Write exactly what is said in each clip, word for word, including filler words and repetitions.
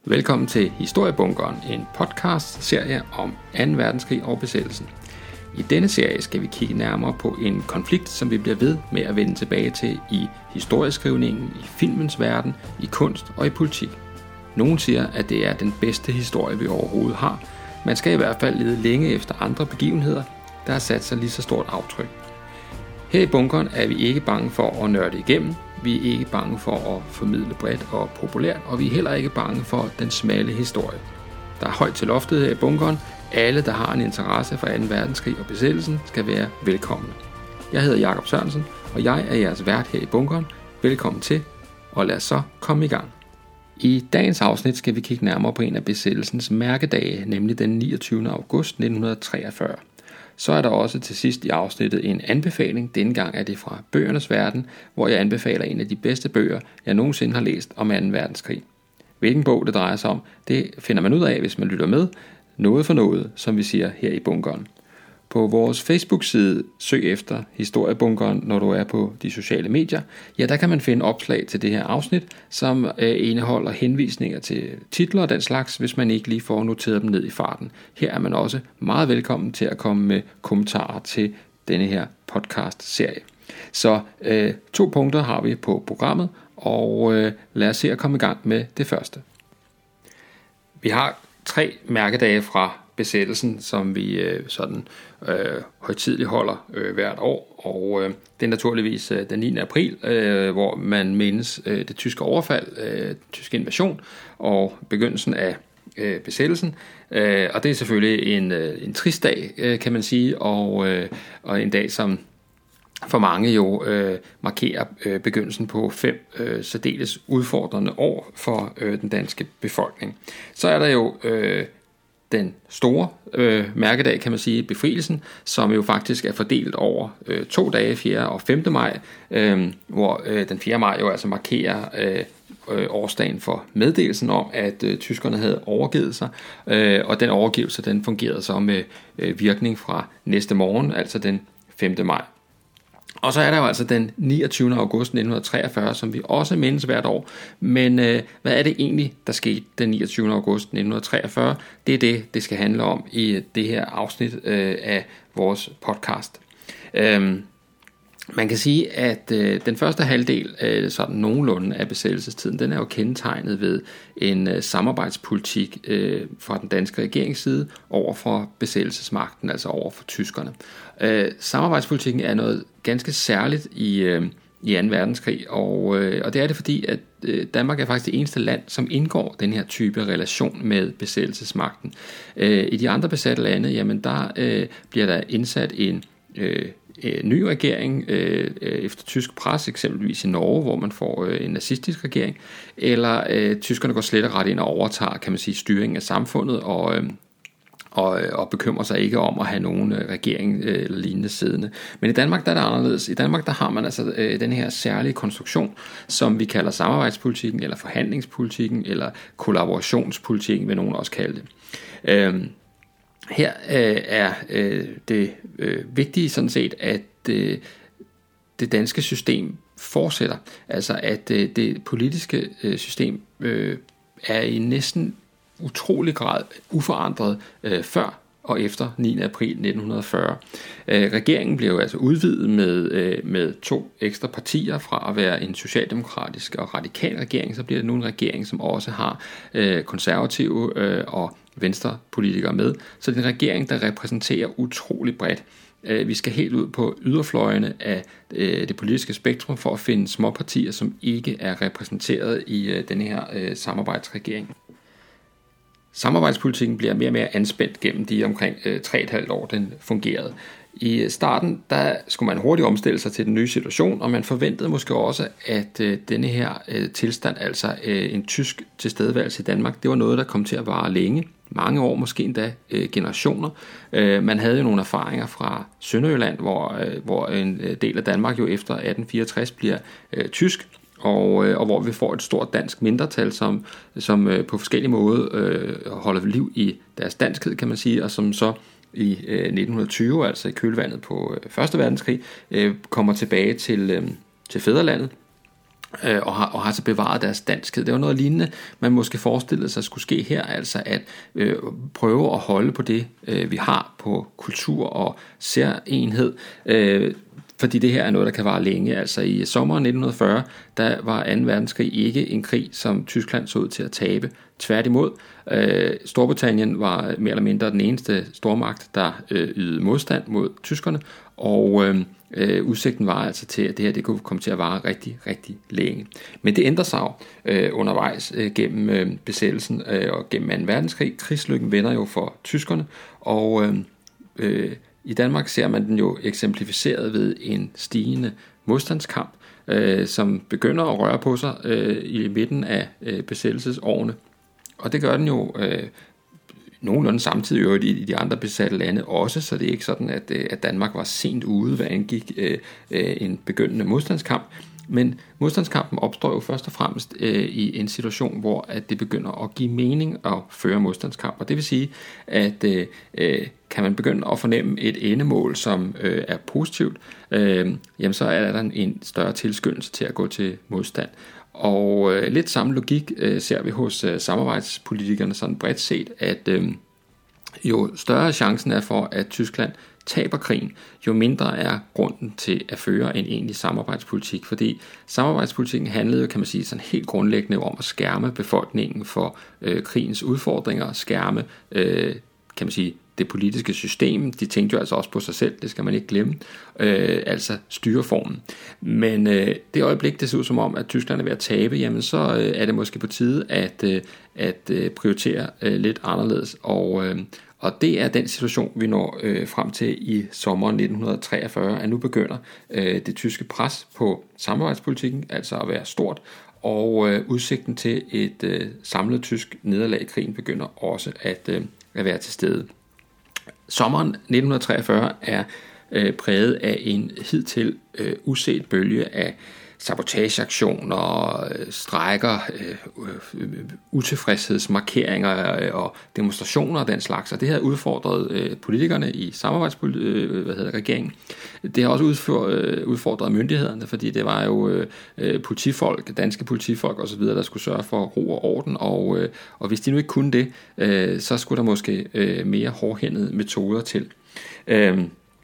Velkommen til Historiebunkeren, en podcast-serie om anden verdenskrig og besættelsen. I denne serie skal vi kigge nærmere på en konflikt, som vi bliver ved med at vende tilbage til i historieskrivningen, i filmens verden, i kunst og i politik. Nogle siger, at det er den bedste historie, vi overhovedet har. Man skal i hvert fald lede længe efter andre begivenheder, der har sat sig lige så stort aftryk. Her i bunkeren er vi ikke bange for at nørde igennem, vi er ikke bange for at formidle bredt og populært, og vi er heller ikke bange for den smalle historie. Der er højt til loftet her i bunkeren. Alle, der har en interesse for anden verdenskrig og besættelsen, skal være velkomne. Jeg hedder Jakob Sørensen, og jeg er jeres vært her i bunkeren. Velkommen til, og lad os så komme i gang. I dagens afsnit skal vi kigge nærmere på en af besættelsens mærkedage, nemlig den niogtyvende august nitten treogfyrre. Så er der også til sidst i afsnittet en anbefaling. Denne gang er det fra bøgernes verden, hvor jeg anbefaler en af de bedste bøger, jeg nogensinde har læst om anden verdenskrig. Hvilken bog det drejer sig om, det finder man ud af, hvis man lytter med. Noget for noget, som vi siger her i bunkeren. På vores Facebook-side, søg efter Historiebunkeren, når du er på de sociale medier. Ja, der kan man finde opslag til det her afsnit, som øh, indeholder henvisninger til titler og den slags, hvis man ikke lige får noteret dem ned i farten. Her er man også meget velkommen til at komme med kommentarer til denne her podcast-serie. Så øh, to punkter har vi på programmet, og øh, lad os se at komme i gang med det første. Vi har tre mærkedage fra besættelsen, som vi øh, sådan øh, højtideligt holder øh, hvert år, og øh, det er naturligvis øh, den niende april, øh, hvor man mindes øh, det tyske overfald, øh, den tyske invasion og begyndelsen af øh, besættelsen, øh, og det er selvfølgelig en, øh, en trist dag, øh, kan man sige, og, øh, og en dag, som for mange jo øh, markerer øh, begyndelsen på fem øh, særdeles udfordrende år for øh, den danske befolkning. Så er der jo øh, den store øh, mærkedag, kan man sige, befrielsen, som jo faktisk er fordelt over øh, to dage, fjerde og femte maj, øh, hvor øh, den fjerde maj jo altså markerer øh, øh, årsdagen for meddelelsen om, at øh, tyskerne havde overgivet sig, øh, og den overgivelse, den fungerede så med øh, virkning fra næste morgen, altså den femte maj. Og så er der jo altså den niogtyvende august nitten treogfyrre, som vi også mindes hvert år. Men øh, hvad er det egentlig, der skete den niogtyvende august nitten treogfyrre? Det er det, det skal handle om i det her afsnit øh, af vores podcast. Øhm, man kan sige, at øh, den første halvdel, øh, sådan nogenlunde af besættelsestiden, den er jo kendetegnet ved en øh, samarbejdspolitik øh, fra den danske regeringsside over for besættelsesmagten, altså over for tyskerne. Øh, samarbejdspolitikken er noget ganske særligt i, øh, i anden verdenskrig, og, øh, og det er det fordi, at øh, Danmark er faktisk det eneste land, som indgår den her type relation med besættelsesmagten. Øh, I de andre besatte lande, jamen der øh, bliver der indsat en øh, ny regering øh, efter tysk pres, eksempelvis i Norge, hvor man får øh, en nazistisk regering, eller øh, tyskerne går slet og ret ind og overtager, kan man sige, styringen af samfundet, og øh, Og, og bekymrer sig ikke om at have nogen øh, regering øh, eller lignende siddende. Men i Danmark der er det anderledes. I Danmark der har man altså øh, den her særlige konstruktion, som vi kalder samarbejdspolitikken, eller forhandlingspolitikken, eller kollaborationspolitikken, vil nogen også kalde det. Øhm, her øh, er øh, det øh, vigtige sådan set, at øh, det danske system fortsætter. Altså at øh, det politiske øh, system øh, er i næsten utrolig grad uforandret øh, før og efter niende april nitten fyrre. Øh, regeringen blev altså udvidet med, øh, med to ekstra partier. Fra at være en socialdemokratisk og radikal regering, så bliver det nu en regering, som også har øh, konservative øh, og venstrepolitikere med. Så det er en regering, der repræsenterer utrolig bredt. Øh, vi skal helt ud på yderfløjene af øh, det politiske spektrum for at finde små partier, som ikke er repræsenteret i øh, denne her øh, samarbejdsregering. Samarbejdspolitikken bliver mere og mere anspændt gennem de omkring øh, tre og et halvt år, den fungerede. I starten, der skulle man hurtigt omstille sig til den nye situation, og man forventede måske også, at øh, denne her øh, tilstand, altså øh, en tysk tilstedeværelse i Danmark, det var noget, der kom til at vare længe. Mange år, måske endda øh, generationer. Øh, man havde jo nogle erfaringer fra Sønderjylland, hvor, øh, hvor en del af Danmark jo efter atten fireogtres bliver øh, tysk. Og, og hvor vi får et stort dansk mindretal, som, som øh, på forskellige måder øh, holder liv i deres danskhed, kan man sige, og som så i øh, nitten tyve, altså i kølvandet på øh, første verdenskrig, øh, kommer tilbage til, øh, til fædrelandet. Og har, og har så bevaret deres danskhed. Det var noget lignende, man måske forestillede sig skulle ske her, altså at øh, prøve at holde på det, øh, vi har på kultur og særenhed, øh, fordi det her er noget, der kan vare længe. Altså i sommeren nitten fyrre, der var anden verdenskrig ikke en krig, som Tyskland så ud til at tabe. Tværtimod, øh, Storbritannien var mere eller mindre den eneste stormagt, der øh, ydede modstand mod tyskerne, og øh, øh, udsigten var altså til, at det her det kunne komme til at vare rigtig, rigtig længe. Men det ændrer sig øh, undervejs øh, gennem øh, besættelsen øh, og gennem anden verdenskrig. Krigslykken vender jo for tyskerne, og øh, øh, i Danmark ser man den jo eksemplificeret ved en stigende modstandskamp, øh, som begynder at røre på sig øh, i midten af øh, besættelsesårene. Og det gør den jo øh, nogenlunde samtidig jo i, i de andre besatte lande også, så det er ikke sådan, at, øh, at Danmark var sent ude, hvad angik øh, øh, en begyndende modstandskamp. Men modstandskampen opstår jo først og fremmest øh, i en situation, hvor at det begynder at give mening at føre modstandskamp. Og det vil sige, at øh, øh, kan man begynde at fornemme et endemål, som øh, er positivt, øh, jamen så er der en, en større tilskyndelse til at gå til modstand. Og øh, lidt samme logik øh, ser vi hos øh, samarbejdspolitikerne sådan bredt set, at øh, jo større chancen er for, at Tyskland taber krigen, jo mindre er grunden til at føre en egentlig samarbejdspolitik, fordi samarbejdspolitikken handlede jo, kan man sige, sådan helt grundlæggende om at skærme befolkningen for øh, krigens udfordringer, skærme, øh, kan man sige, det politiske system. De tænkte jo altså også på sig selv, det skal man ikke glemme, øh, altså styreformen. Men øh, det øjeblik, det ser ud som om, at Tyskland er ved at tabe, jamen så øh, er det måske på tide at, øh, at øh, prioritere øh, lidt anderledes, og øh, Og det er den situation, vi når øh, frem til i sommeren nitten treogfyrre, at nu begynder øh, det tyske pres på samarbejdspolitikken altså at være stort, og øh, udsigten til et øh, samlet tysk nederlag i krigen begynder også at, øh, at være til stede. Sommeren nitten treogfyrre er øh, præget af en hidtil øh, uset bølge af sabotageaktioner, strejker, øh, utilfredshedsmarkeringer øh, og demonstrationer og den slags. Og det har udfordret øh, politikerne i samarbejdsregeringen. Det har også udfordret, øh, udfordret myndighederne, fordi det var jo øh, politifolk, danske politifolk osv., der skulle sørge for ro og orden. Og, øh, og hvis de nu ikke kunne det, øh, så skulle der måske øh, mere hårdhændede metoder til. Øh,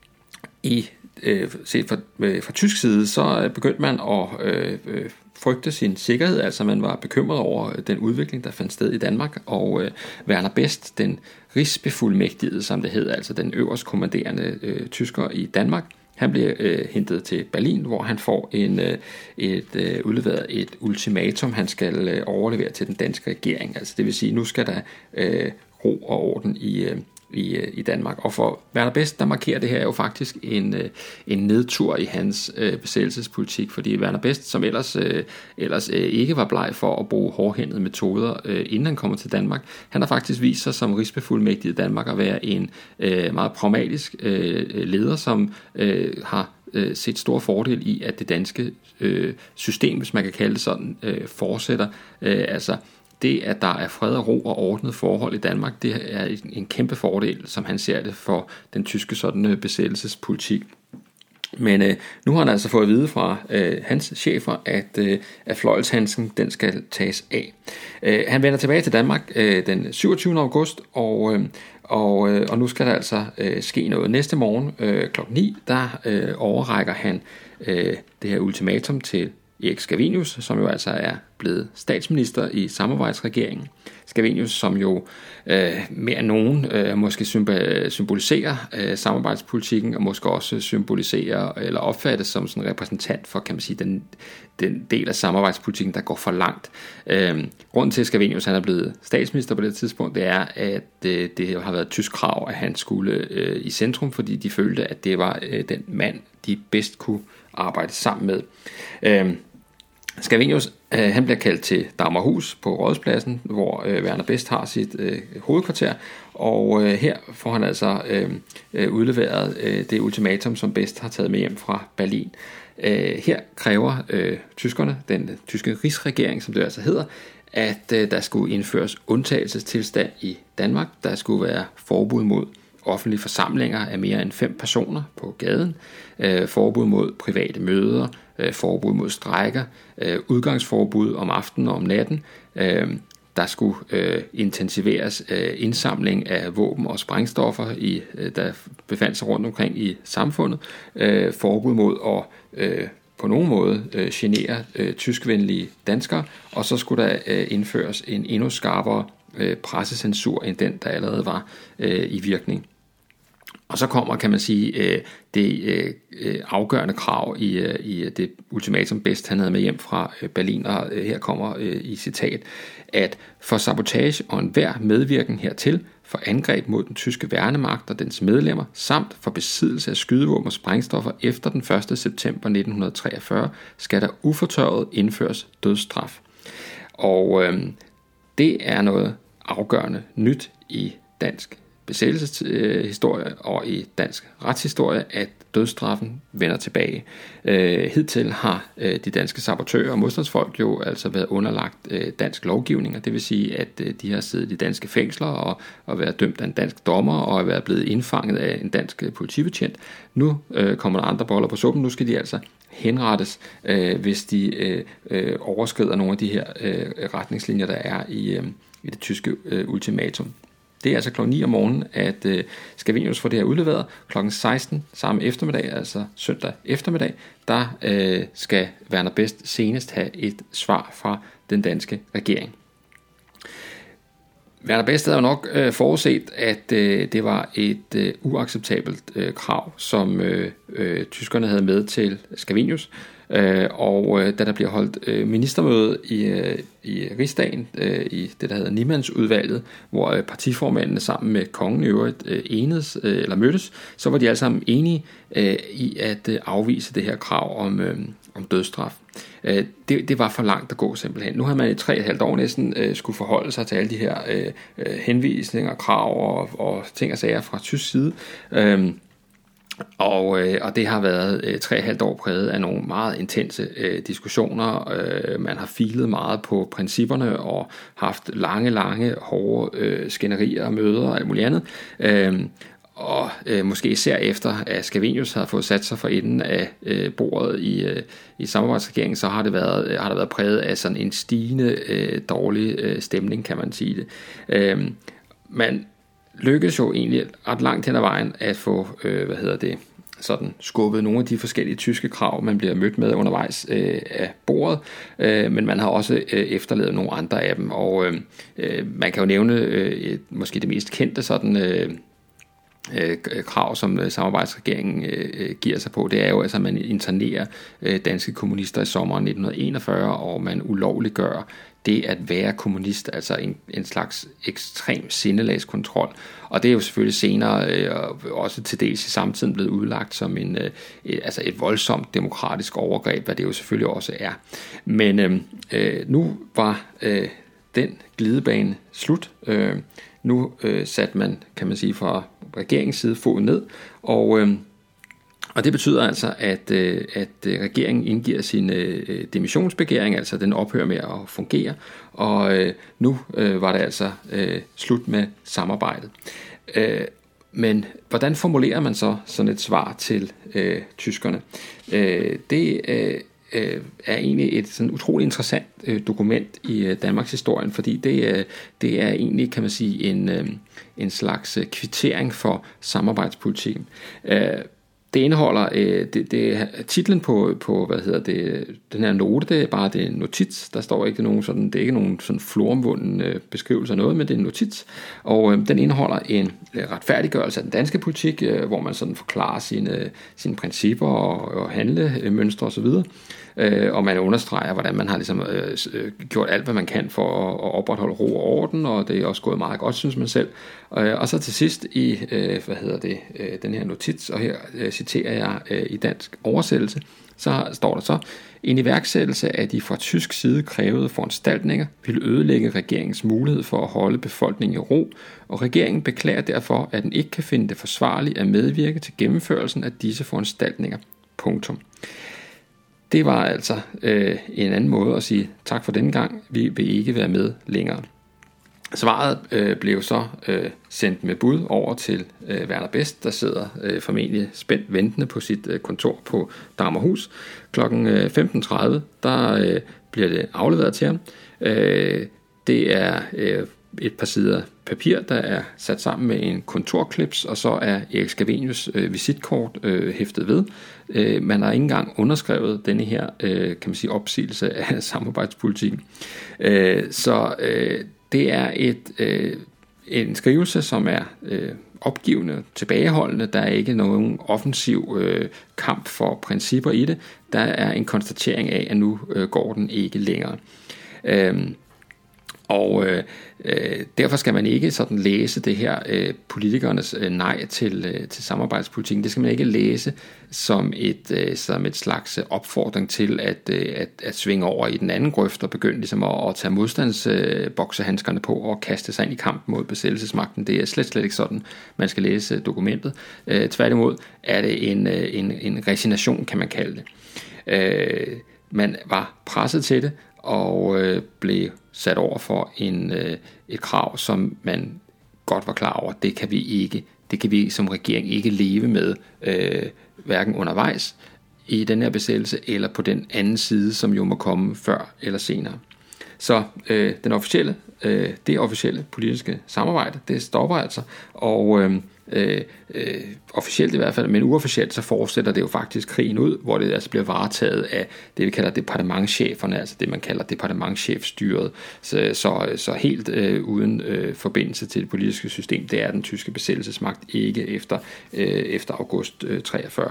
I Øh, set fra, øh, fra tysk side, så begyndte man at øh, øh, frygte sin sikkerhed, altså man var bekymret over den udvikling, der fandt sted i Danmark, og øh, Werner Best, den rigsbefuldmægtigede, som det hed, altså den øverst kommanderende øh, tysker i Danmark, han bliver øh, hentet til Berlin, hvor han får en, øh, et, øh, udleveret et ultimatum, han skal øh, overlevere til den danske regering, altså det vil sige, nu skal der øh, ro og orden i øh, I, i Danmark. Og for Werner Best, der markerer det her jo faktisk en, en nedtur i hans øh, besættelsespolitik, fordi Werner Best, som ellers, øh, ellers øh, ikke var bleg for at bruge hårdhændede metoder, øh, inden han kommer til Danmark, han har faktisk vist sig som rigsbefuldmægtig i Danmark at være en øh, meget pragmatisk øh, leder, som øh, har øh, set stor fordel i, at det danske øh, system, hvis man kan kalde det sådan, øh, fortsætter. Øh, altså det, at der er fred og ro og ordnet forhold i Danmark, det er en kæmpe fordel, som han ser det for den tyske sådan besættelsespolitik. Men øh, nu har han altså fået at vide fra øh, hans chefer, at, øh, at fløjelshandsken, den skal tages af. Øh, han vender tilbage til Danmark øh, den syvogtyvende august, og, øh, og, øh, og nu skal der altså øh, ske noget. Næste morgen øh, klokken ni, der øh, overrækker han øh, det her ultimatum til Erik Scavenius, som jo altså er blevet statsminister i samarbejdsregeringen. Scavenius, som jo øh, mere end nogen øh, måske symboliserer øh, samarbejdspolitikken, og måske også symboliserer eller opfattes som sådan en repræsentant for, kan man sige, den, den del af samarbejdspolitikken, der går for langt. Øh, grunden til, at Scavenius han er blevet statsminister på det tidspunkt, det er, at øh, det har været et tysk krav, at han skulle øh, i centrum, fordi de følte, at det var øh, den mand, de bedst kunne arbejde sammen med. Øh, Scavenius, øh, han bliver kaldt til Dagmarhus på Rådhuspladsen, hvor øh, Werner Best har sit øh, hovedkvarter, og øh, her får han altså øh, øh, udleveret øh, det ultimatum, som Best har taget med hjem fra Berlin. Øh, her kræver øh, tyskerne, den tyske rigsregering, som det altså hedder, at øh, der skulle indføres undtagelsestilstand i Danmark. Der skulle være forbud mod offentlige forsamlinger af mere end fem personer på gaden, øh, forbud mod private møder, øh, forbud mod strejker, øh, udgangsforbud om aftenen og om natten. Øh, der skulle øh, intensiveres øh, indsamling af våben og sprængstoffer, i, øh, der befandt sig rundt omkring i samfundet. Øh, forbud mod at øh, på nogen måde øh, genere øh, tyskvenlige danskere, og så skulle der øh, indføres en endnu skarpere øh, pressecensur end den, der allerede var øh, i virkning. Og så kommer, kan man sige, øh, det øh, afgørende krav i, øh, i det ultimatum Best, han havde med hjem fra øh, Berlin, og øh, her kommer øh, i citat, at for sabotage og enhver medvirken hertil, for angreb mod den tyske værnemagt og dens medlemmer, samt for besiddelse af skydevåben og sprængstoffer efter den første september nitten treogfyrre, skal der ufortørret indføres dødsstraf. Og øh, det er noget afgørende nyt i dansk besættelseshistorie og i dansk retshistorie, at dødsstraffen vender tilbage. Øh, hidtil har øh, de danske sabotører og modstandsfolk jo altså været underlagt øh, dansk lovgivning, og det vil sige, at øh, de har siddet i danske fængsler og, og været dømt af en dansk dommer og er været blevet indfanget af en dansk øh, politibetjent. Nu øh, kommer der andre boller på suppen. Nu skal de altså henrettes, øh, hvis de øh, øh, overskrider nogle af de her øh, retningslinjer, der er i, øh, i det tyske øh, ultimatum. Det er altså klokken ni om morgenen, at øh, Scavenius får det her udleveret. klokken seksten samme eftermiddag, altså søndag eftermiddag, der øh, skal Werner Best senest have et svar fra den danske regering. Werner Best havde jo nok øh, forudset, at øh, det var et øh, uacceptabelt øh, krav, som øh, øh, tyskerne havde med til Scavenius. Øh, og øh, da der bliver holdt øh, ministermøde i, øh, i Rigsdagen, øh, i det der hedder Niemandsudvalget, hvor øh, partiformændene sammen med kongen i øvrigt øh, enedes, øh, eller mødtes, så var de alle sammen enige øh, i at øh, afvise det her krav om, øh, om dødsstraf. Øh, det, det var for langt at gå simpelthen. Nu har man i tre og et halvt år næsten øh, skulle forholde sig til alle de her øh, henvisninger, krav og, og ting og sager fra tysk side. Øh, Og, øh, og det har været øh, tre og et halvt år præget af nogle meget intense øh, diskussioner. Øh, man har filet meget på principperne og haft lange, lange, hårde øh, skænderier og møder og alt muligt andet. Øh, og øh, måske især efter, at Scavenius har fået sat sig for enden af øh, bordet i, øh, i samarbejdsregeringen, så har det været, øh, har det været præget af sådan en stigende øh, dårlig øh, stemning, kan man sige det. Øh, man lykkedes jo egentlig ret langt hen ad vejen at få, øh, hvad hedder det, sådan skubbet nogle af de forskellige tyske krav, man bliver mødt med undervejs øh, af bordet, øh, men man har også øh, efterlevet nogle andre af dem, og øh, man kan jo nævne øh, måske det mest kendte sådan øh, øh, krav, som øh, samarbejdsregeringen øh, giver sig på, det er jo altså, at man internerer øh, danske kommunister i sommeren nitten enogfyrre, og man ulovliggør det at være kommunist, altså en, en slags ekstrem sindelagskontrol. Og det er jo selvfølgelig senere, øh, også til dels i samtiden, blevet udlagt som en, øh, et, altså et voldsomt demokratisk overgreb, hvad det jo selvfølgelig også er. Men øh, øh, nu var øh, den glidebane slut. Øh, nu øh, satte man, kan man sige, fra regeringens side foden ned, og øh, Og det betyder altså, at, at regeringen indgiver sin demissionsbegæring, altså den ophører med at fungere, og nu var det altså slut med samarbejdet. Men hvordan formulerer man så sådan et svar til tyskerne? Det er egentlig et sådan utroligt interessant dokument i Danmarks historie, fordi det, det er egentlig, kan man sige, en, en slags kvittering for samarbejdspolitikken. Det indeholder øh, det, det, titlen på, på hvad hedder det, den her note, det er bare det notits. Der står ikke nogen sådan, det er ikke nogen sådan floromvunden øh, beskrivelse af noget, men det er en notits. Og øh, den indeholder en øh, retfærdiggørelse af den danske politik, øh, hvor man sådan forklarer sine, sine principper og, og handlemønstre osv. Øh, og man understreger, hvordan man har ligesom, øh, gjort alt, hvad man kan for at, at opretholde ro og orden, og det er også gået meget godt, synes man selv. Øh, og så til sidst i øh, hvad hedder det, øh, den her notits, og her øh, citerer jeg øh, i dansk oversættelse, så står der så: en iværksættelse af de fra tysk side krævede foranstaltninger vil ødelægge regeringens mulighed for at holde befolkningen i ro, og regeringen beklager derfor, at den ikke kan finde det forsvarligt at medvirke til gennemførelsen af disse foranstaltninger. Punktum. Det var altså øh, en anden måde at sige tak for denne gang, vi vil ikke være med længere. Svaret øh, blev så øh, sendt med bud over til øh, Werner Best, der sidder øh, formentlig spændt ventende på sit øh, kontor på Dagmarhus. Klokken øh, femten tredive, der øh, bliver det afleveret til ham. Øh, det er øh, et par sider papir, der er sat sammen med en kontorklips, og så er Erik Scavenius øh, visitkort øh, hæftet ved. Øh, man har ikke engang underskrevet denne her øh, kan man sige, opsigelse af samarbejdspolitikken. Øh, så øh, det er et, øh, en skrivelse, som er øh, opgivende, tilbageholdende. Der er ikke nogen offensiv øh, kamp for principper i det. Der er en konstatering af, at nu øh, går den ikke længere. Øh, Og øh, øh, derfor skal man ikke sådan læse det her øh, politikernes øh, nej til, øh, til samarbejdspolitikken. Det skal man ikke læse som et, øh, som et slags opfordring til at, øh, at, at svinge over i den anden grøft og begynde ligesom at, at tage modstandsboksehandskerne øh, på og kaste sig ind i kampen mod besættelsesmagten. Det er slet, slet ikke sådan, man skal læse dokumentet. Øh, tværtimod er det en, øh, en, en resignation, kan man kalde det. Øh, man var presset til det, og øh, blev sat over for en, øh, et krav, som man godt var klar over, det kan vi ikke, det kan vi som regering ikke leve med, øh, hverken undervejs i den her besættelse, eller på den anden side, som jo må komme før eller senere. Så øh, den officielle, øh, det officielle politiske samarbejde, det stopper altså, og øh, Øh, øh, officielt i hvert fald, men uofficielt så fortsætter det jo faktisk krigen ud, hvor det altså bliver varetaget af det vi kalder departementscheferne, altså det man kalder departementschefstyret, så, så, så helt øh, uden øh, forbindelse til det politiske system, det er den tyske besættelsesmagt ikke efter, øh, efter august øh, treogfyrre.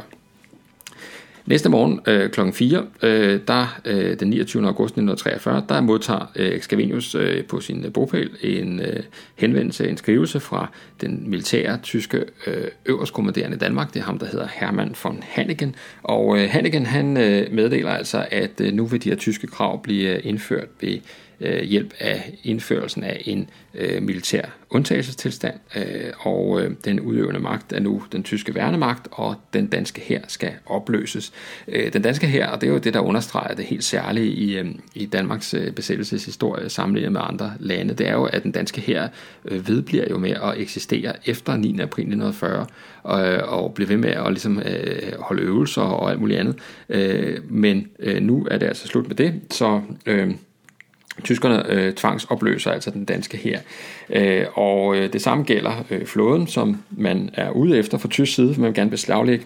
Næste morgen øh, klokken fire, øh, der, øh, den niogtyvende august nitten treogfyrre, der modtager øh, Scavenius øh, på sin øh, bopæl en øh, henvendelse, en skrivelse fra den militære tyske øh, øverstkommanderende i Danmark. Det er ham, der hedder Hermann von Hannigan. Og øh, Hannigan han øh, meddeler altså, at øh, nu vil de her tyske krav blive indført ved øh, hjælp af indførelsen af en øh, militær undtagelsestilstand, øh, og øh, den udøvende magt er nu den tyske værnemagt, og den danske hær skal opløses. Øh, den danske hær, og det er jo det, der understreger det helt særlige i, øh, i Danmarks øh, besættelseshistorie sammenlignet med andre lande, det er jo, at den danske hær øh, vedbliver jo med at eksistere efter niende april nitten fyrre, og, og bliver ved med at ligesom, øh, holde øvelser og alt muligt andet. Øh, men øh, nu er det altså slut med det, så øh, tyskerne øh, tvangsopløser altså den danske hær, øh, og øh, det samme gælder øh, flåden, som man er ude efter fra tysk side, for man vil gerne beslaglægge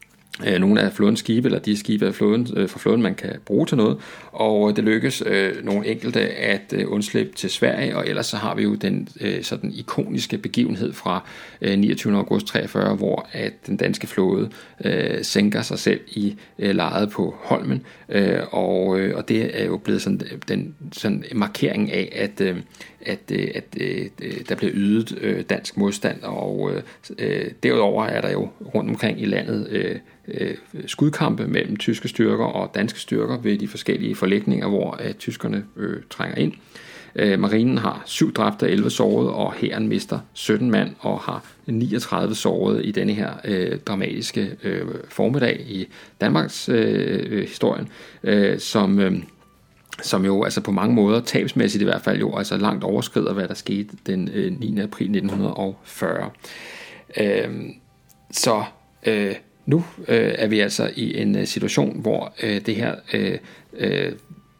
øh, nogle af flådens skibe, eller de skibe af flåden, øh, fra flåden, man kan bruge til noget, og det lykkes øh, nogle enkelte at øh, undslippe til Sverige, og ellers så har vi jo den øh, sådan ikoniske begivenhed fra øh, niogtyvende august treogfyrre, hvor at den danske flåde øh, sænker sig selv i øh, lejet på Holmen, øh, og, øh, og det er jo blevet sådan den sådan markering af, at øh, at, øh, at øh, der bliver ydet øh, dansk modstand, og øh, derudover er der jo rundt omkring i landet øh, øh, skudkampe mellem tyske styrker og danske styrker ved de forskellige forlægninger, hvor øh, tyskerne øh, trænger ind. Øh, marinen har syv dræbte og elleve sårede, og hæren mister sytten mand og har niogtredive sårede i denne her øh, dramatiske øh, formiddag i Danmarks øh, historien, øh, som øh, som jo altså på mange måder, tabsmæssigt i hvert fald jo, altså langt overskrider, hvad der skete den øh, niende april nitten fyrre. Øh, så øh, nu øh, er vi altså i en situation, hvor øh, det her øh, øh,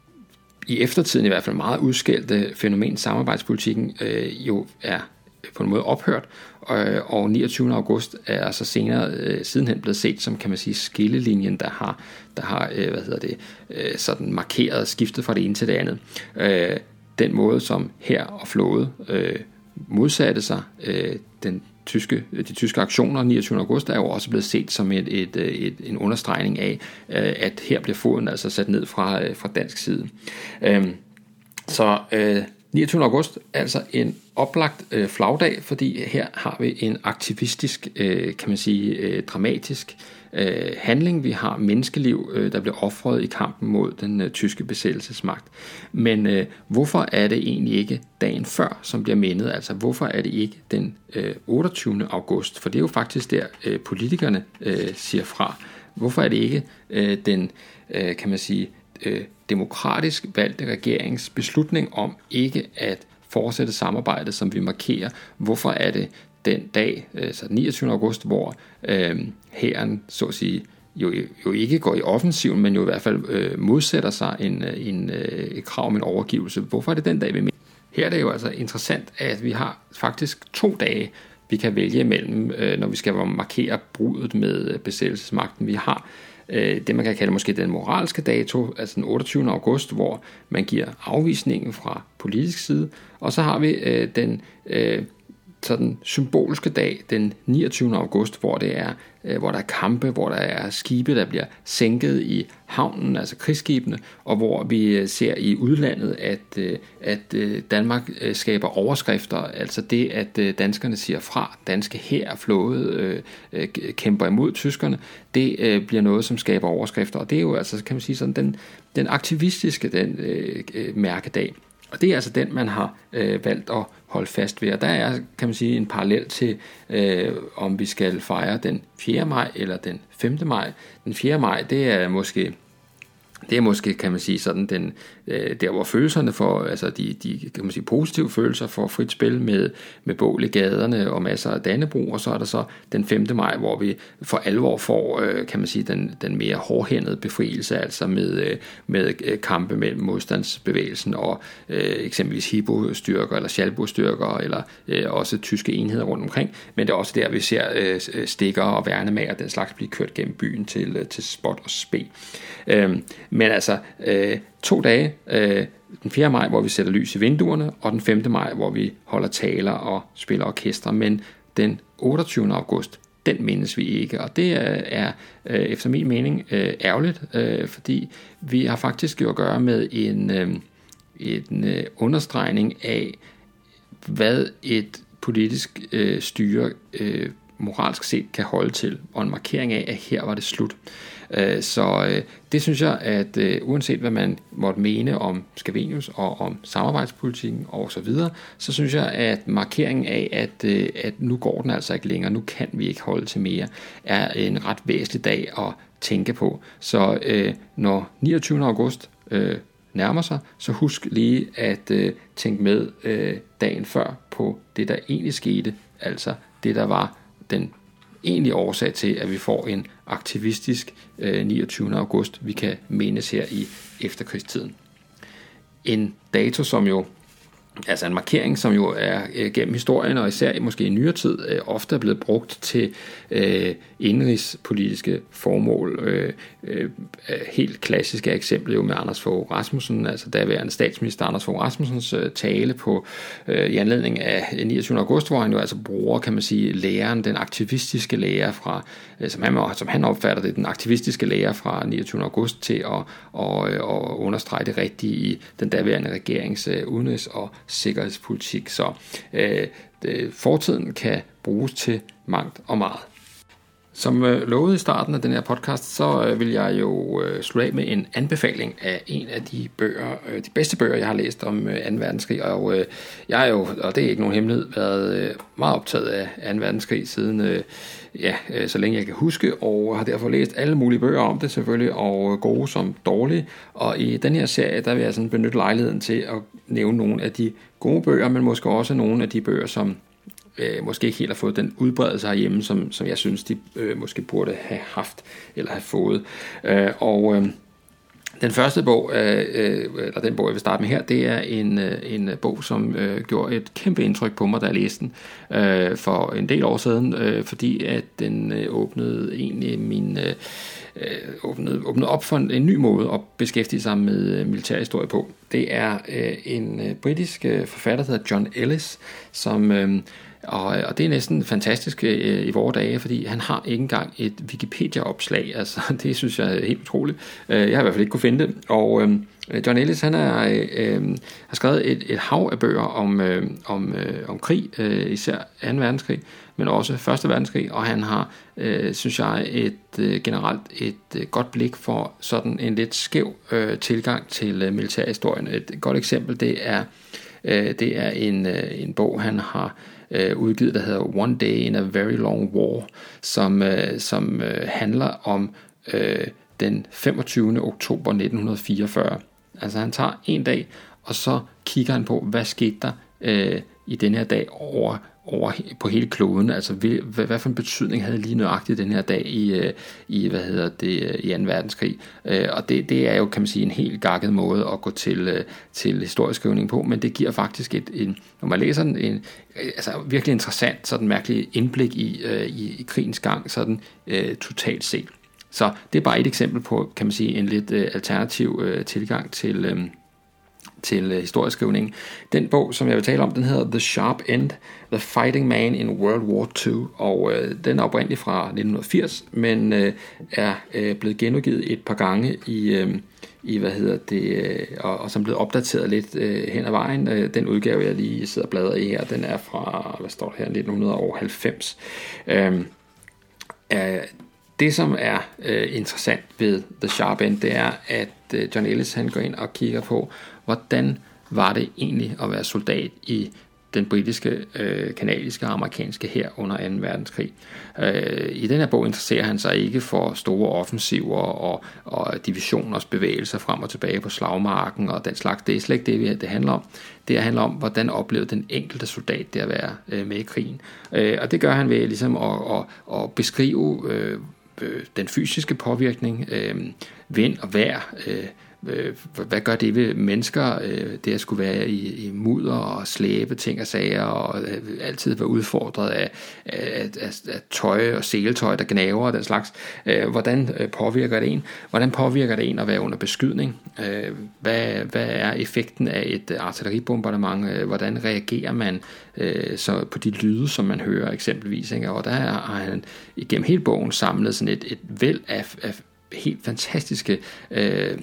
i eftertiden i hvert fald meget udskældte fænomen samarbejdspolitikken øh, jo er på en måde ophørt, og, og niogtyvende august er altså senere øh, sidenhen blevet set som, kan man sige, skillelinjen, der har, der har øh, hvad hedder det, øh, sådan markeret skiftet fra det ene til det andet. Øh, den måde, som hær og flåde øh, modsatte sig øh, den tyske, de tyske aktioner niogtyvende august, er jo også blevet set som et, et, et, en understregning af, øh, at her bliver foden altså sat ned fra, øh, fra dansk side. Øh, så øh, niogtyvende august er altså en oplagt øh, flagdag, fordi her har vi en aktivistisk, øh, kan man sige, øh, dramatisk øh, handling. Vi har menneskeliv, øh, der bliver ofret i kampen mod den øh, tyske besættelsesmagt. Men øh, hvorfor er det egentlig ikke dagen før, som bliver mindet? Altså hvorfor er det ikke den øh, otteogtyvende august? For det er jo faktisk der øh, politikerne øh, siger fra. Hvorfor er det ikke øh, den, øh, kan man sige, øh, demokratisk valgte regerings beslutning om ikke at fortsætte samarbejdet, som vi markerer. Hvorfor er det den dag, altså niogtyvende august, hvor øh, hæren, så at sige, jo, jo ikke går i offensiven, men jo i hvert fald øh, modsætter sig en, en, øh, et krav om en overgivelse. Hvorfor er det den dag, vi mener? Her er det jo altså interessant, at vi har faktisk to dage, vi kan vælge imellem, øh, når vi skal markere bruddet med besættelsesmagten. Vi har øh, det, man kan kalde måske den moralske dato, altså den otteogtyvende august, hvor man giver afvisningen fra politisk side, og så har vi øh, den øh, sådan symbolske dag, den niogtyvende august, hvor det er, øh, hvor der er kampe, hvor der er skibe, der bliver sænket i havnen, altså krigsskibene, og hvor vi ser i udlandet, at, øh, at øh, Danmark øh, skaber overskrifter, altså det, at øh, danskerne siger fra, danske hær og flåde øh, øh, kæmper imod tyskerne, det øh, bliver noget, som skaber overskrifter, og det er jo altså, kan man sige, sådan den, den aktivistiske den, øh, øh, mærkedag. Og det er altså den, man har øh, valgt at holde fast ved. Og der er, kan man sige, en parallel til, øh, om vi skal fejre den fjerde maj eller den femte maj. Den fjerde maj, det er måske... Det er måske, kan man sige, sådan den, øh, der hvor følelserne for, altså de, de kan man sige, positive følelser for frit spil med, med bål i gaderne og masser af Dannebrog, og så er der så den femte maj, hvor vi for alvor får, øh, kan man sige, den, den mere hårdhændede befrielse, altså med, øh, med kampe mellem modstandsbevægelsen og øh, eksempelvis Hibo-styrker eller Schalburg-styrker, eller øh, også tyske enheder rundt omkring, men det er også der, vi ser øh, stikker og værnemager, den slags blive kørt gennem byen til, til spot og spe. Øh, Men altså øh, to dage, øh, den fjerde maj, hvor vi sætter lys i vinduerne, og den femte maj, hvor vi holder taler og spiller orkester. Men den otteogtyvende august, den mindes vi ikke, og det er øh, efter min mening øh, ærgerligt, øh, fordi vi har faktisk jo at gøre med en, øh, en øh, understregning af, hvad et politisk øh, styre øh, moralsk set kan holde til, og en markering af, at her var det slut. Så det synes jeg, at uanset hvad man måtte mene om Scavenius og om samarbejdspolitikken og så videre, så synes jeg, at markeringen af, at, at nu går den altså ikke længere, nu kan vi ikke holde til mere, er en ret væsentlig dag at tænke på. Så når niogtyvende august nærmer sig, så husk lige at tænke med dagen før på det, der egentlig skete, altså det, der var den egentlig årsag til, at vi får en aktivistisk øh, niogtyvende august, vi kan menes her i efterkrigstiden. En dato, som jo, altså en markering, som jo er øh, gennem historien, og især måske i nyere tid, øh, ofte er blevet brugt til øh, indrigspolitiske formål. Øh, øh, helt klassiske eksempel jo med Anders Fogh Rasmussen, altså daværende statsminister Anders Fogh Rasmussens øh, tale på øh, i anledning af niogtyvende august, hvor han jo altså bruger, kan man sige, læren, den aktivistiske lære fra, øh, som, han, som han opfatter det, den aktivistiske lære fra niogtyvende august til at, og, øh, og understrege det rigtige i den daværende regerings øh, udenrigs- og sikkerhedspolitik. Så øh, det, fortiden kan bruges til mangt og meget. Som øh, lovet i starten af den her podcast, så øh, vil jeg jo øh, slutte af med en anbefaling af en af de bøger, øh, de bedste bøger, jeg har læst om øh, anden verdenskrig. Og øh, jeg har jo, og det er ikke nogen hemmelighed, været øh, meget optaget af anden verdenskrig siden, øh, ja, øh, så længe jeg kan huske, og har derfor læst alle mulige bøger om det selvfølgelig, og gode som dårlige. Og i den her serie, der vil jeg sådan benytte lejligheden til at nævne nogle af de gode bøger, men måske også nogle af de bøger, som Øh, måske ikke helt har fået den udbredelse herhjemme, som, som jeg synes, de øh, måske burde have haft eller have fået. Øh, og øh, den første bog, øh, eller den bog, jeg vil starte med her, det er en, øh, en bog, som øh, gjorde et kæmpe indtryk på mig, da jeg læste den øh, for en del år siden, øh, fordi at den øh, åbnede egentlig min... Øh, Åbnet, åbnet op for en, en ny måde at beskæftige sig med militærhistorie på. Det er øh, en øh, britisk øh, forfatter, der hedder John Ellis, som, øh, og, og det er næsten fantastisk øh, i vore dage, fordi han har ikke engang et Wikipedia-opslag. Altså, det synes jeg er helt utroligt. Jeg har i hvert fald ikke kunne finde det. Og øh, John Ellis, han er, øh, har skrevet et, et hav af bøger om, øh, om, øh, om krig, øh, især anden verdenskrig, men også første verdenskrig, og han har, øh, synes jeg, et øh, generelt et øh, godt blik for sådan en lidt skæv øh, tilgang til øh, militærhistorien. Et godt eksempel, det er, øh, det er en, øh, en bog, han har øh, udgivet, der hedder One Day in a Very Long War, som, øh, som øh, handler om øh, den femogtyvende oktober nitten fireogfyrre. Altså han tager en dag, og så kigger han på, hvad skete der øh, i den her dag over, over på hele kloden. Altså hvad, hvad for en betydning havde lige nøjagtigt den her dag i, i hvad hedder det, i anden verdenskrig. Og det, det er jo, kan man sige, en helt gakket måde at gå til, til historieskrivning på, men det giver faktisk et, en, når man læser den, en altså virkelig interessant, sådan mærkelig indblik i, i, i krigens gang, sådan uh, totalt set. Så det er bare et eksempel på, kan man sige, en lidt uh, alternativ uh, tilgang til um, til historieskrivning. Den bog, som jeg vil tale om, den hedder The Sharp End, The Fighting Man in World War to, og øh, den er oprindeligt fra nitten firs, men øh, er øh, blevet genudgivet et par gange i, øh, i hvad hedder det, øh, og, og som blevet opdateret lidt øh, hen ad vejen. Øh, den udgave, jeg lige sidder og bladrer i her, den er fra, hvad står der her, nitten halvfems. Øh, øh, Det, som er øh, interessant ved The Sharp End, det er, at øh, John Ellis han går ind og kigger på, hvordan var det egentlig at være soldat i den britiske, øh, kanadiske og amerikanske hær under anden verdenskrig. Øh, I den her bog interesserer han sig ikke for store offensiver og, og divisioners bevægelser frem og tilbage på slagmarken og den slags. Det er slet ikke det, det handler om. Det handler om, hvordan oplevede den enkelte soldat det at være øh, med i krigen. Øh, og det gør han ved ligesom at, at, at beskrive øh, den fysiske påvirkning, øh, vind og vejr, øh, hvad gør det ved mennesker, det at skulle være i, i mudder og slæbe ting og sager, og altid være udfordret af, af, af, af tøj og seletøj, der gnaver og den slags. Hvordan påvirker det en? Hvordan påvirker det en at være under beskydning? Hvad, hvad er effekten af et artilleribombardement? Hvordan reagerer man så på de lyde, som man hører eksempelvis? Ikke? Og der har han igennem hele bogen samlet sådan et, et væld af, af helt fantastiske øh,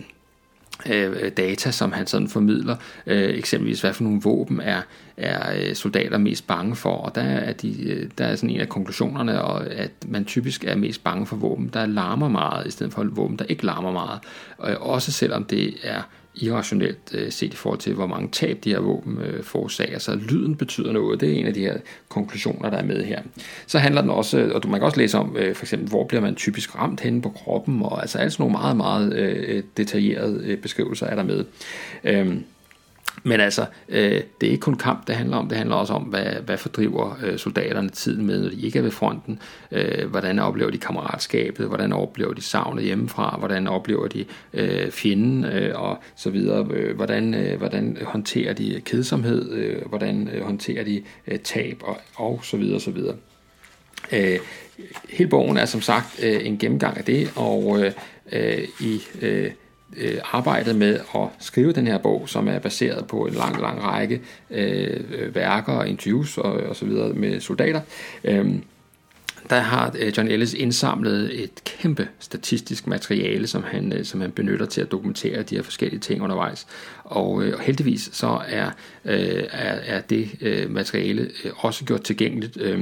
data, som han sådan formidler, øh, eksempelvis hvad for nogle våben er, er soldater mest bange for, og der er, de, der er sådan en af konklusionerne, og at man typisk er mest bange for våben, der larmer meget, i stedet for våben, der ikke larmer meget, og også selvom det er irrationelt øh, set i forhold til, hvor mange tab de her våben øh, forårsager. Så lyden betyder noget. Det er en af de her konklusioner, der er med her. Så handler den også, og du man kan også læse om, øh, for eksempel, hvor bliver man typisk ramt henne på kroppen, og altså altså nogle meget, meget øh, detaljerede øh, beskrivelser er der med. Øhm, Men altså, øh, det er ikke kun kamp, det handler om. Det handler også om, hvad, hvad fordriver øh, soldaterne tiden med, når de ikke er ved fronten. Øh, hvordan oplever de kammeratskabet? Hvordan oplever de savnet hjemmefra? Hvordan oplever de øh, fjenden? Øh, og så videre. Øh, hvordan, øh, hvordan håndterer de kedsomhed? Øh, hvordan øh, håndterer de øh, tab? Og, og så videre, så videre. Øh, hele bogen er som sagt øh, en gennemgang af det, og øh, øh, i... Øh, arbejdet med at skrive den her bog, som er baseret på en lang, lang række øh, værker og interviews og, og så videre med soldater. Øhm, der har John Ellis indsamlet et kæmpe statistisk materiale, som han, som han benytter til at dokumentere de her forskellige ting undervejs. Og, og heldigvis så er, øh, er, er det øh, materiale også gjort tilgængeligt, øh,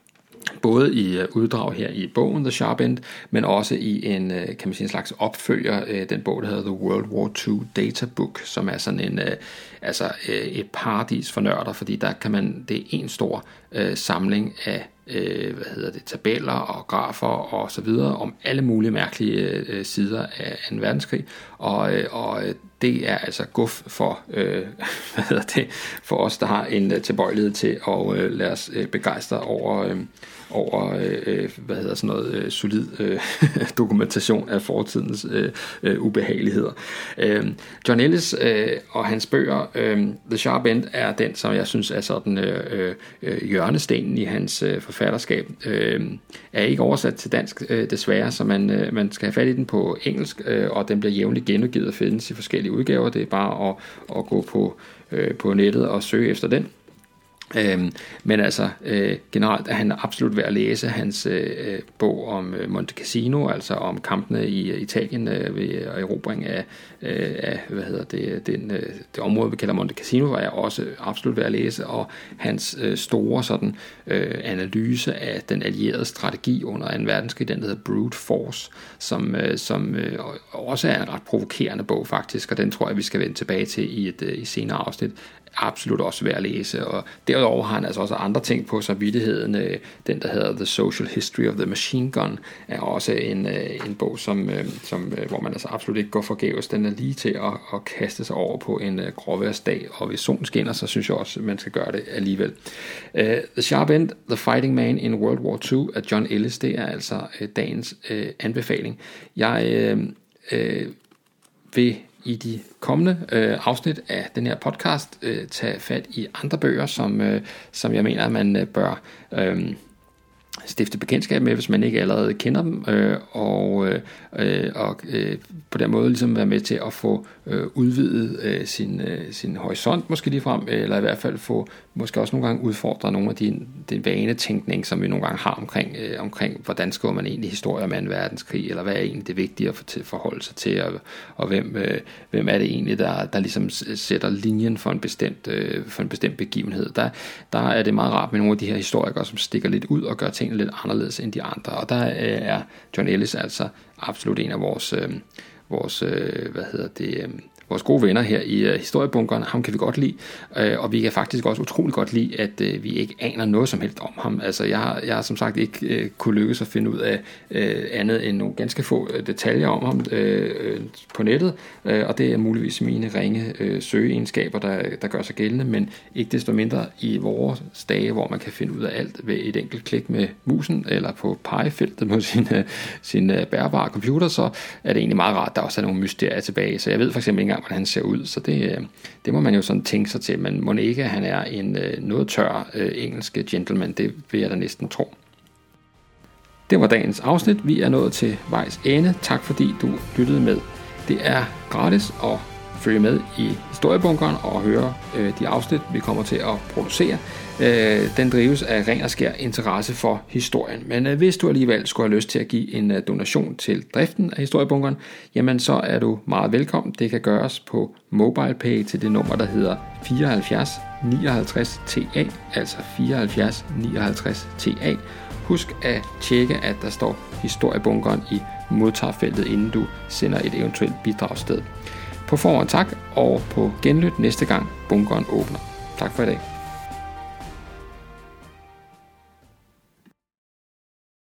både i uddrag her i bogen The Sharp End, men også i en, kan man sige, en slags opfølger, den bog, der hedder The World War to Data Book, som er sådan en, altså et paradis for nørder, fordi der kan man, det er en stor uh, samling af uh, hvad hedder det, tabeller og grafer og så videre, om alle mulige mærkelige uh, sider af anden verdenskrig, og, uh, og det er altså guf for, øh, hvad hedder det, for os, der har en tilbøjelighed til at øh, lade os øh, begejstre over, øh, over øh, hvad hedder sådan noget, øh, solid øh, dokumentation af fortidens øh, øh, ubehageligheder. Øh, John Ellis øh, og hans bøger, øh, The Sharp End, er den, som jeg synes er sådan øh, øh, hjørnestenen i hans øh, forfatterskab. Øh, er ikke oversat til dansk, øh, desværre, så man, øh, man skal have fat i den på engelsk, øh, og den bliver jævnligt genudgivet og findes i forskellige udgaver. Det er bare at, at gå på, øh, på nettet og søge efter den. Øhm, men altså øh, generelt er han absolut værd at læse hans øh, bog om øh, Monte Cassino, altså om kampene i Italien øh, ved erobring af, øh, af hvad hedder det, den, øh, det område vi kalder Monte Cassino, var jeg også absolut værd at læse, og hans øh, store sådan øh, analyse af den allierede strategi under anden verdenskrig, den der hedder Brute Force, som, øh, som øh, også er en ret provokerende bog faktisk, og den tror jeg vi skal vende tilbage til i et øh, i senere afsnit. absolut også værd at læse, og derudover har han altså også andre ting på samvittigheden. Den, der hedder The Social History of the Machine Gun, er også en, en bog, som, som, hvor man altså absolut ikke går forgæves. Den er lige til at, at kaste sig over på en gråværsdag, og hvis solen skinner, så synes jeg også, at man skal gøre det alligevel. Uh, The Sharp End, The Fighting Man in World War to af John Ellis, det er altså uh, dagens uh, anbefaling. Jeg uh, uh, vil i de kommende øh, afsnit af den her podcast øh, tage fat i andre bøger, som, øh, som jeg mener, at man øh, bør øh, stifte bekendtskab med, hvis man ikke allerede kender dem, øh, og, øh, og øh, på den måde ligesom være med til at få øh, udvidet øh, sin, øh, sin horisont måske ligefrem, eller i hvert fald få måske også nogle gange udfordre nogle af de, de vanetænkning, som vi nogle gange har omkring, øh, omkring hvordan skriver man egentlig historier med en verdenskrig, eller hvad er egentlig det vigtige at forholde sig til, og, og hvem, øh, hvem er det egentlig, der, der ligesom sætter linjen for en bestemt, øh, for en bestemt begivenhed. Der, der er det meget rart med nogle af de her historikere, som stikker lidt ud og gør tingene lidt anderledes end de andre, og der øh, er John Ellis altså absolut en af vores, øh, vores øh, hvad hedder det, øh, vores gode venner her i uh, historiebunkeren. Ham kan vi godt lide, uh, og vi kan faktisk også utrolig godt lide, at uh, vi ikke aner noget som helst om ham. Altså, jeg har, jeg har som sagt ikke uh, kunne lykkes at finde ud af uh, andet end nogle ganske få uh, detaljer om ham uh, på nettet, uh, og det er muligvis mine ringe uh, søgeegenskaber, der, der gør sig gældende, men ikke desto mindre i vores dage, hvor man kan finde ud af alt ved et enkelt klik med musen, eller på pegefeltet på sin, uh, sin uh, bærbare computer, så er det egentlig meget rart, at der også er nogle mysterier tilbage. Så jeg ved for eksempel ikke engang, hvordan han ser ud, så det, det må man jo sådan tænke sig til, men må ikke, at han er en noget tør øh, engelske gentleman, det vil jeg da næsten tro. Det var dagens afsnit. Vi er nået til vejs ende. Tak fordi du lyttede med. Det er gratis at følge med i historiebunkeren og høre øh, de afsnit, vi kommer til at producere. Øh, den drives af ren og skær interesse for historien. Men øh, hvis du alligevel skulle have lyst til at give en øh, donation til driften af historiebunkeren, jamen så er du meget velkommen. Det kan gøres på MobilePay til det nummer, der hedder fireoghalvfjerds nioghalvtreds T A, altså fireoghalvfjerds nioghalvtreds T A. Husk at tjekke, at der står historiebunkeren i modtagerfeltet, inden du sender et eventuelt bidragssted. På forhånd tak, og på genlyt næste gang bunkeren åbner. Tak for i dag.